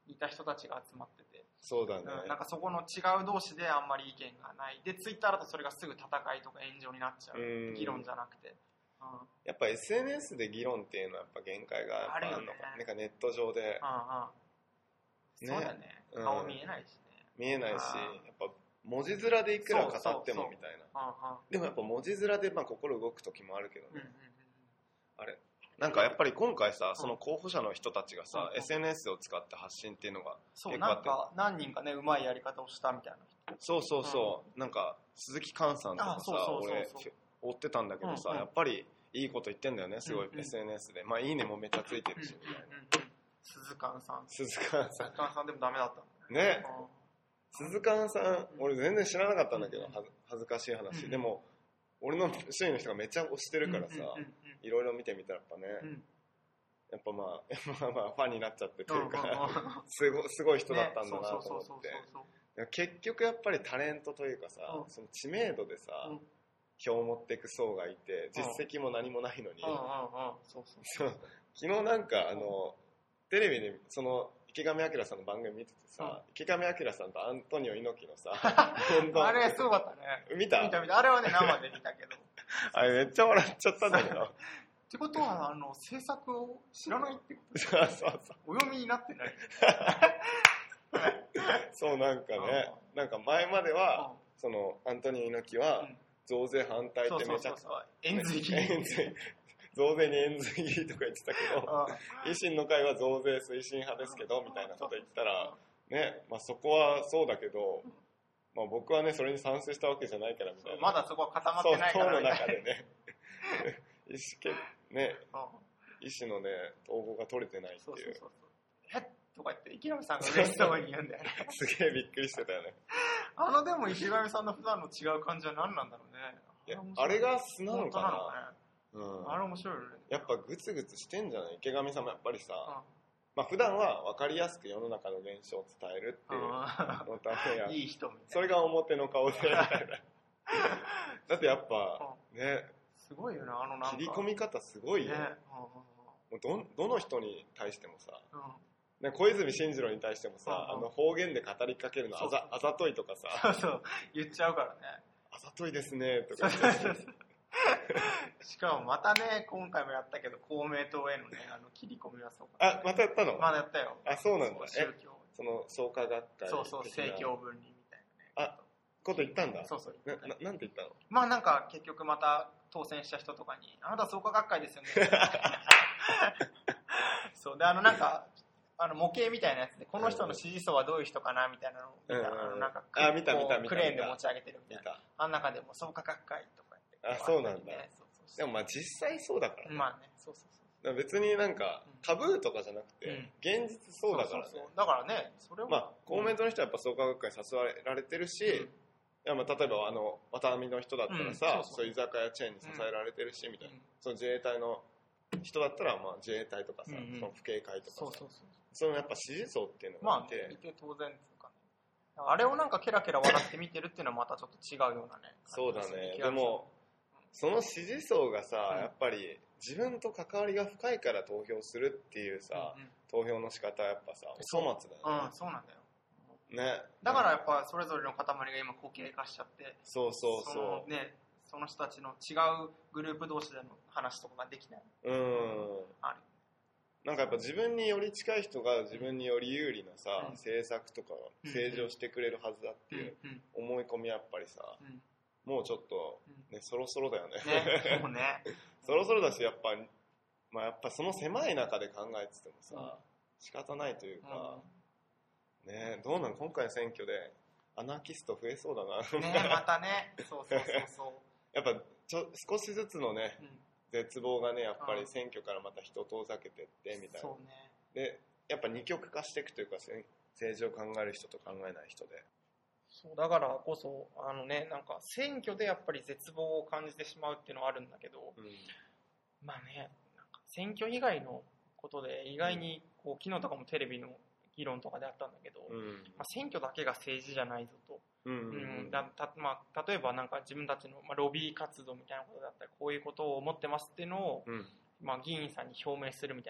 いた人たちが集まってて、 そうだね、 うん、なんかそこの違う同士であんまり意見がないで、ツイッターだとそれがすぐ戦いとか炎上になっちゃう、う議論じゃなくて、うん、 やっぱ エスエヌエス で議論っていうのはやっぱ限界がやっぱあるのか、ね、なんかネット上で、 うんうん、そうだよね、顔見えないしね、 見えないし、やっぱ文字面でいくら語ってもみたいな。でもやっぱ文字面でまあ心動く時もあるけどね、うんうんうん、あれなんかやっぱり今回さ、その候補者の人たちがさ、うん、エスエヌエス を使って発信っていうのが結構あって、そうなんか何人かねうまいやり方をしたみたいな。 そうそうそう、うん、なんか鈴木寛さんとかさ、俺追ってたんだけどさ、うんうん、やっぱりいいこと言ってんだよね、すごい、うんうん、エスエヌエス で、まあいいねもめっちゃついてるしみたいな、うんうん、 鈴寛さん鈴寛さん鈴寛さんでもダメだったね、鈴寛さん俺全然知らなかったんだけど、恥ずかしい話、うん、でも俺の周囲の人がめっちゃ推してるからさ、いろいろ見てみたらやっぱね、うん、やっぱまあ、まあまあファンになっちゃってというか、すご、すごい人だったんだなと思って、結局やっぱりタレントというかさ、うん、その知名度でさ、うん、票を持っていく層がいて、実績も何もないのに、昨日なんかあのテレビでその池上彰さんの番組見ててさ、うん、池上彰さんとアントニオ猪木のさあれすごかったね。 見た見た見たあれはね生で見たけどあれめっちゃ笑っちゃったんだけどってことはあの制作を知らないってことそうそうそうお読みになってないそうなんかね、うん、なんか前までは、うん、そのアントニオ猪木は増税反対ってめちゃくちゃ円髄増税に円髄切りとか言ってたけど維新の会は増税推進派ですけどみたいなこと言ったらね、まあ、そこはそうだけど、まあ、僕はねそれに賛成したわけじゃないからみたいな、 まだそこは固まってないからそう党の中でね意思決ね意思のね統合が取れてないっていう、そうそうそうそうえっとか言って池上さんが嬉しそうに言うんだよねすげえびっくりしてたよねあのでも池上さんの普段の違う感じは何なんだろうね。 いやあれが素なのかな、 うん、あれ面白いよね。 やっぱグツグツしてんじゃない池上さんもやっぱりさ、うん、まあ普段は分かりやすく世の中の現象を伝えるっていうのためやいい人みたいなそれが表の顔でみたいなだってやっぱ、うん、ねすごいよねあのなんか切り込み方すごいよ、ねうん、もう ど, どの人に対してもさ、うんね、小泉進次郎に対してもさ、うん、あの方言で語りかけるのあざ、あざといとかさそうそう言っちゃうからねあざといですねとかしかもまたね今回もやったけど公明党へのねあの切り込みはそうか、 ね、あまたやったのまだやったよあそうなんだ宗教その創価学会そうそう政教分離みたいなねあこと言ったんだそうそうなななんて言ったのまあなんか結局また当選した人とかにあなた創価学会ですよねそうであのなんかあの模型みたいなやつでこの人の支持層はどういう人かなみたいなのを見た、うんうん、あのなんかあ見た見た見たクレーンで持ち上げてるみたいなあん中でも創価学会とか言ってあそうなんだ、ね、そうそうそうでもまあ実際そうだからねまあねそうそうそう別になんかタブーとかじゃなくて、うん、現実そうだからねそうそうそうだからねそれをまあ公明党の人はやっぱ創価学会に誘われてるし、うん、いやまあ例えばあの渡辺の人だったらさ、うん、そうそうそういう居酒屋チェーンに支えられてるし、うん、みたいな、その自衛隊の人だったらまあ自衛隊とかさ、うんうん、その府警会とかさそうそうそうそのやっぱ支持層っていうのがいて、 まあ、いて当然ですかね。あれをなんかケラケラ笑って見てるっていうのはまたちょっと違うようなね。 そうだね。でも、その支持層がさ、うん、やっぱり自分と関わりが深いから投票するっていうさ、うんうん、投票の仕方はやっぱさ、お粗末だよね。 うん、そうなんだよ。 ね。 だからやっぱそれぞれの塊が今固形化しちゃって、 そうそうそう。 そのね、その人たちの違うグループ同士での話とかができない。 うん。ある。なんかやっぱ自分により近い人が自分により有利なさ、うん、政策とか政治をしてくれるはずだっていう思い込みやっぱりさ、うん、もうちょっと、ね、そろそろだよね。 ねもうねそろそろだしやっぱ、まあ、やっぱその狭い中で考えててもさ、うん、仕方ないというか、うん、ねどうなの今回の選挙でアナーキスト増えそうだな。 ねまたねそうそうそうそうやっぱちょ少しずつのね、うん絶望がねやっぱり選挙からまた人を遠ざけてってみたいな、 そうね、 でやっぱ二極化していくというか政治を考える人と考えない人でそうだからこそあのねなんか選挙でやっぱり絶望を感じてしまうっていうのはあるんだけど、うん、まあねなんか選挙以外のことで意外にこう昨日とかもテレビの議論とかであったんだけど、うんまあ、選挙だけが政治じゃないぞと。うんうんうん、だたまあ、例えばなんか自分たちの、まあ、ロビー活動みたいなことだったりこういうことを思ってますっていうのを、うんまあ、議員さんに表明するみたいなこと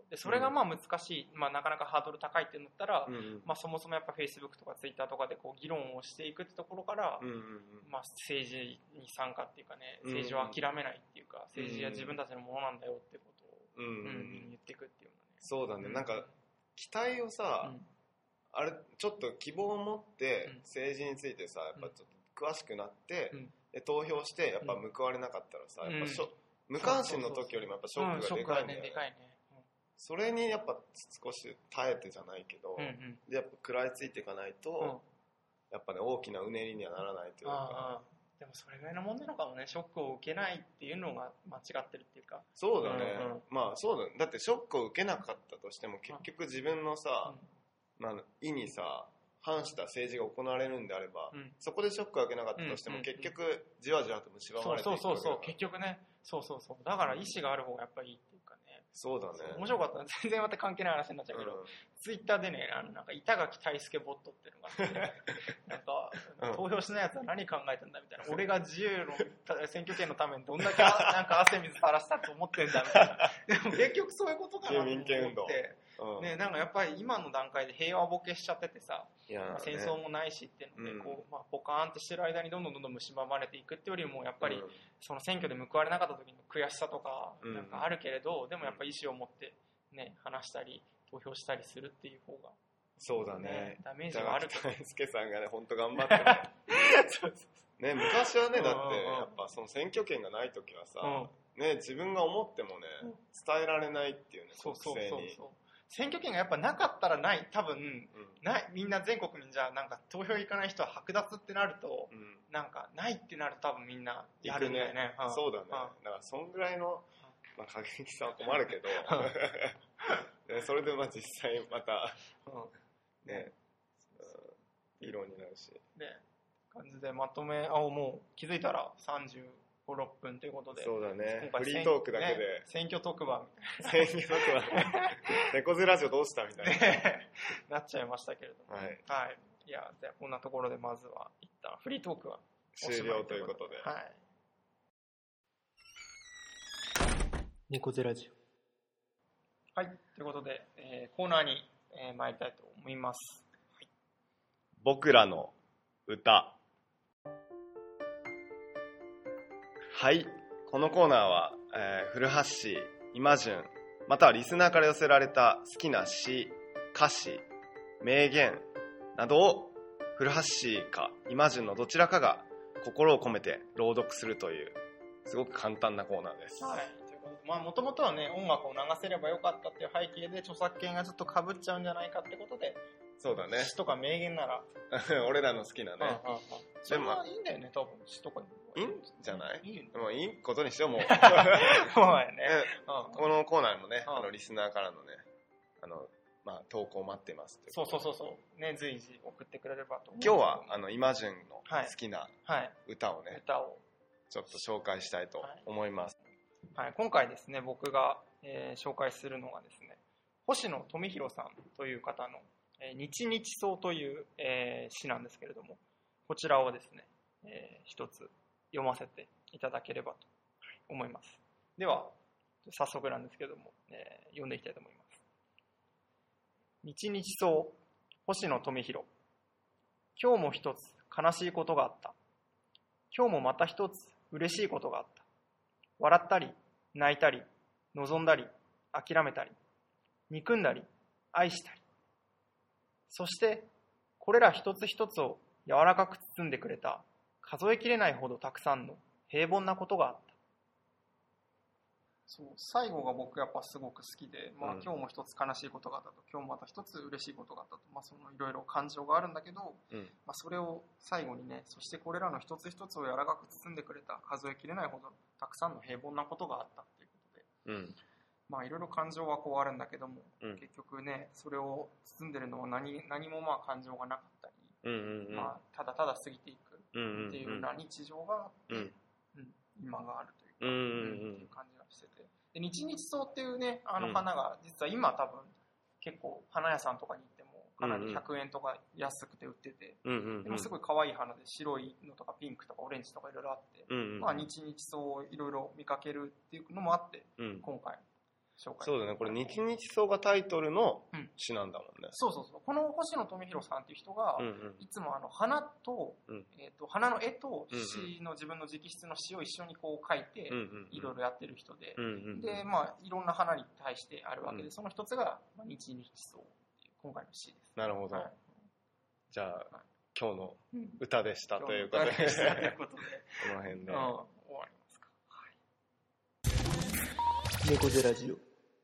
でそれがまあ難しい、まあ、なかなかハードル高いってなったら、 うんうんまあ、そもそもやっぱ Facebook とか Twitter とかでこう議論をしていくってところから、 うんうんうんまあ、政治に参加っていうかね、政治を諦めないっていうか、うん、政治は自分たちのものなんだよってことを、うんうんうん、言っていくっていうのね。 そうだね、うん、なんか期待をさ、うん、あれちょっと希望を持って政治についてさやっぱちょっと詳しくなって、うん、で投票してやっぱ報われなかったらさ、うん、やっぱしょ無関心の時よりもやっぱショックがでかいんだよね。それにやっぱ少し耐えてじゃないけど、うんうん、でやっぱ食らいついていかないと、うん、やっぱね大きなうねりにはならないというか。 ああでもそれぐらいのもんなのかもね。ショックを受けないっていうのが間違ってるっていうか。 そうだね、うんうん、まあそうだね。だってショックを受けなかったとしても結局自分のさ、うんまあ、意にさ反した政治が行われるんであれば、うん、そこでショックを受けなかったとしても、うん、結局じわじわと蝕まれていく。 そうそうそうそう結局ね。そうそうそうだから意思がある方がやっぱりいいっていうかね。 そうだね。 面白かった。全然また関係ない話になっちゃうけど、うん、ツイッターでね、あのなんか板垣大輔ボットっていうのがあって、なんか、うん、投票しないやつは何考えてんだみたいな。俺が自由の選挙権のためにどんだけなんか汗水垂らしたと思ってんだみたいな。でも結局そういうことかなと思って。 民権運動。 うん、ね、なんかやっぱり今の段階で平和ボケしちゃっててさ、まあ、戦争もないしっていうので、ね、こうまあ、ポカーンってしてる間にどんどんどんどん蝕まれていくっていうよりもやっぱり、うん、その選挙で報われなかった時の悔しさとかなんかあるけれど、うん、でもやっぱ意思を持ってね話したり投票したりするっていう方が、ね、 そうだね。 ダメージがある。 大輔さんがね本当頑張ってね。そうそうね昔はねだってやっぱその選挙権がない時はさ、うん、ね自分が思ってもね伝えられないっていうね国政に。そうそうそうそう選挙権がやっぱなかったらない多分、うん、ないみんな全国民じゃなんか投票行かない人は剥奪ってなると、うん、なんかないってなると多分みんなやるんだよね。 うん、そうだね。うん、だからそんぐらいの、まあ、過激さは困るけど、ね、それでまあ実際また、うんね、議論になるし。 ね、感じでまとめあもう気づいたらさんじゅうご、ろっぷんということで。 そうだね。フリートークだけで。ね、 選挙特番みたいな。 選挙特番。猫背ラジオどうしたみたいな。 ね、なっちゃいましたけれども。 はい。 はい。いや、じゃあこんなところでまずは一旦フリートークは終了ということで。 はい。猫背ラジオ。はい。ということで、えー、コーナーに、えー、参りたいと思います。はい、 僕らの歌。はい、このコーナーは、えー、古橋、イマジュン、またはリスナーから寄せられた好きな詩、歌詞、名言などを古橋かイマジュンのどちらかが心を込めて朗読するというすごく簡単なコーナーです。 はい、ということで、まあもともとはね音楽を流せればよかったっていう背景で著作権がちょっと被っちゃうんじゃないかってことで。 そうだね。 詩とか名言なら俺らの好きなね。 うんうんうん、それはいいんだよね多分詩とかに。 いいんじゃない？いいもういいことにしようもう。 そうやね。 うん、このコーナーもね、あのリスナーからのね、あのまあ投稿待ってますっていう。 そうそうそうそうね随時送ってくれればと思う。 今日はあのイマジュンの好きな歌をね、はいはい、 歌をちょっと紹介したいと思います。 はい、はい、今回ですね僕が、えー、紹介するのがですね星野富弘さんという方のえー、日々草という、えー、詩なんですけれどもこちらをですね、えー、一つ読ませていただければと思います。では早速なんですけれども、えー、読んでいきたいと思います。日々草星野富弘。今日も一つ悲しいことがあった。今日もまた一つ嬉しいことがあった。笑ったり泣いたり望んだり諦めたり憎んだり愛したりそしてこれら一つ一つを柔らかく包んでくれた数えきれないほどたくさんの平凡なことがあった。そう最後が僕やっぱすごく好きで、まあ、今日も一つ悲しいことがあったと今日もまた一つ嬉しいことがあったと、まあ、そのいろいろ感情があるんだけど、うんまあ、それを最後にねそしてこれらの一つ一つを柔らかく包んでくれた数えきれないほどたくさんの平凡なことがあったっていうことで、うんまあいろいろ感情はこうあるんだけども、うん、結局ねそれを包んでるのは 何, 何もまあ感情がなかったり、うんうんうんまあ、ただただ過ぎていくっていうような日常があって、うんうん、今があるというか、うんうんうん、っていう感じがしててで日々草っていうねあの花が実は今多分結構花屋さんとかに行ってもかなりひゃくえんとか安くて売ってて、うんうんうん、でもすごい可愛い花で白いのとかピンクとかオレンジとかいろいろあって、うんうんまあ、日々草をいろいろ見かけるっていうのもあって、うん、今回紹介。 そうだね、これ日日草がタイトルの詩なんだもんね、うん、 そうそうそう。この星野富弘さんっていう人が、うんうん、いつもあの花と、うん、えーと、花の絵と詩の自分の直筆の詩を一緒にこう書いて、いろいろやってる人で、うんうんうん、で、まあ、いろんな花に対してあるわけで、うん、その一つが、まあ、日日草っていう今回の詩です。 なるほど。はい、じゃあ、はい、今日の歌でしたということで、 この辺で、うん、終わりますか。 はい。猫背ラジオ。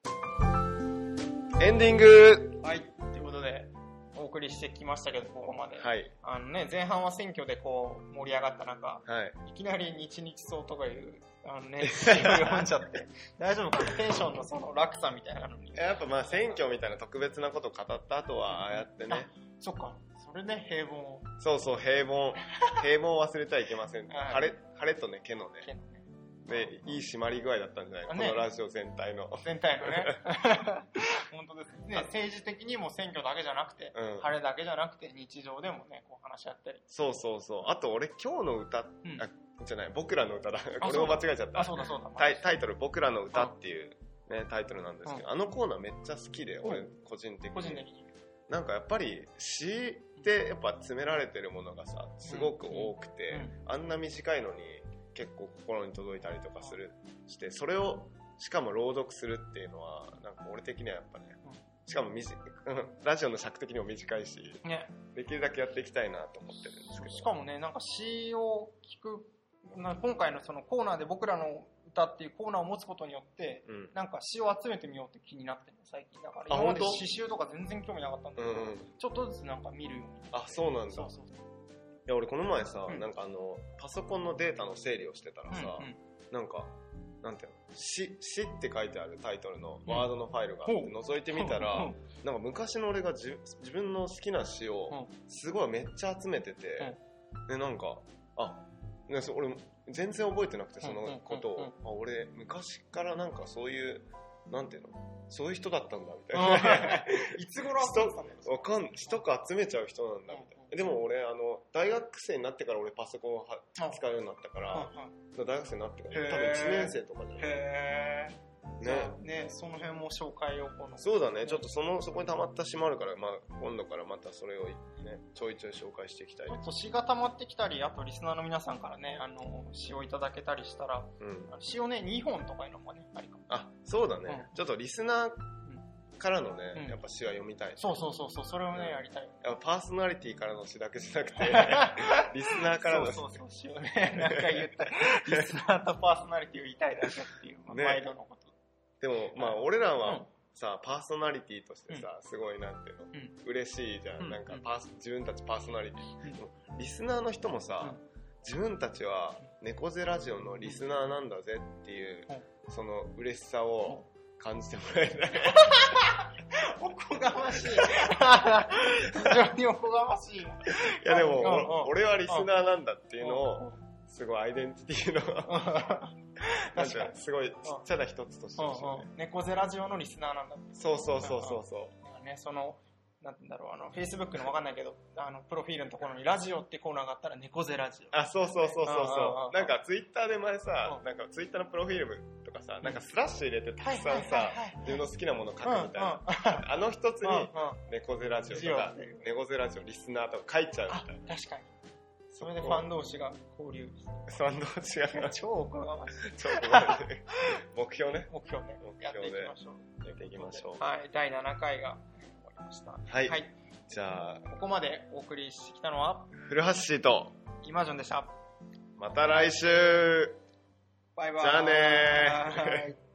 エンディング。 はい。ということで、お送りしてきましたけど、ここまで。 はい。 あのね、前半は選挙でこう、盛り上がった中、 はい。 いきなり日日草とかいう、あのね、詩を読んじゃって、大丈夫かな、テンションのその落差みたいなのに。 やっぱまあ選挙みたいな特別なことを語った後は、ああやってね。 そっか。それで平凡を。 そうそう、平凡。平凡を忘れてはいけません。晴れ、晴れとね、毛のね。毛のね。で、いい締まり具合だったんじゃない、ね、このラジオ全体の。 全体のね。本当ですね。政治的にも選挙だけじゃなくて、うん、晴れだけじゃなくて、日常でもね、こう話し合ったり。 そうそうそう。あと俺、今日の歌、うん、あ、じゃない、僕らの歌だ。これも間違えちゃった。 あ、そうだそうだ。 タイ、タイトル、僕らの歌っていう、ね、タイトルなんですけど、うん、あのコーナーめっちゃ好きで、俺、個人的に。 個人的に。 なんかやっぱり、詩ってやっぱ詰められてるものがさ、すごく多くて、うんうん、あんな短いのに、結構心に届いたりとかするしてそれをしかも朗読するっていうのはなんか俺的にはやっぱね、うん、しかもラジオの尺的にも短いし、ね、できるだけやっていきたいなと思ってるんですけど、 しかもねなんか詩を聞く今回のそのコーナーで僕らの歌っていうコーナーを持つことによって、うん、なんか詩を集めてみようって気になってるの最近だから今まで詩集とか全然興味なかったんだけど、うんうん、ちょっとずつなんか見るようになって。 あ、そうなんだ。そうそうそう。いや俺この前さ、うん、なんかあのパソコンのデータの整理をしてたらさ、うんうん、なんかなんていうの詩詩って書いてあるタイトルのワードのファイルがあって、うん、覗いてみたら、うん、なんか昔の俺がじ自分の好きな詩をすごいめっちゃ集めてて、うん、でなんかあねそ俺全然覚えてなくてそのことを、あ俺昔からなんかそういうなんていうのそういう人だったんだみたいな。 いつ頃集めてたんだよ。 わかん詩とか集めちゃう人なんだみたいな。でも俺あの大学生になってから俺パソコンを使うようになったから、大学生になってから多分いちねん生とかじゃない。 へー。ね、ね、その辺も紹介をこの。 そうだね、ちょっとそのそこに溜まった詩もあるから、まあ今度からまたそれをねちょいちょい紹介していきたい。 ちょっと詩が溜まってきたり、あとリスナーの皆さんからねあの詩をいただけたりしたら、うん、詩をねにほんとかいうのもねありかも。 あ、そうだね。うん、ちょっとリスナーからのね、うん、やっぱ詩は読みたい、ね。 そうそうそうそう、それをね、うん、やりたい。 やっぱパーソナリティからの詩だけじゃなくて、リスナーからの詩。 そうそうそう、詩をね、なんか言ったリスナーとパーソナリティを言いたいだけっていう、まあ、ね、毎度のこと。 でも、まあ、俺らはさ、パーソナリティとしてさ、すごいなんていうの、うん、嬉しいじゃん。うん、なんかパース、自分たちパーソナリティ。うん、リスナーの人もさ、うん、自分たちは猫背ラジオのリスナーなんだぜっていう、その嬉しさを感じてもらえない。 おこがましい。非常におこがましい。いやでも、俺はリスナーなんだっていうのを、すごいアイデンティティの、なんかすごいちっちゃな一つとしてほしいね。 猫背ラジオのリスナーなんだって。 そうそうそうそうそう。 ね、その、なんて言うんだろう、あの、Facebook のわかんないけど、あの、プロフィールのところにラジオってコーナーがあったら猫背ラジオ。 あ、そうそうそうそうそう。なんか Twitter で前さ、なんか Twitter のプロフィールとかさ、なんかスラッシュ入れてたくさんさ、自分の好きなもの書くみたいな。あの一つに、猫背ラジオとか、猫背ラジオリスナーとか書いちゃうみたいな。 確かに。それでファン同士が交流して。 ファン同士が。 超おこがましい。 超おこがましい。目標ね。 目標ね。やっていきましょう。 やっていきましょう。 はい。だいななかいが終わりました。 はい。はい。じゃあ、 ここまでお送りしてきたのは、 古橋シーと、 イマジョンでした。 また来週。 バイバイ。 じゃあねー。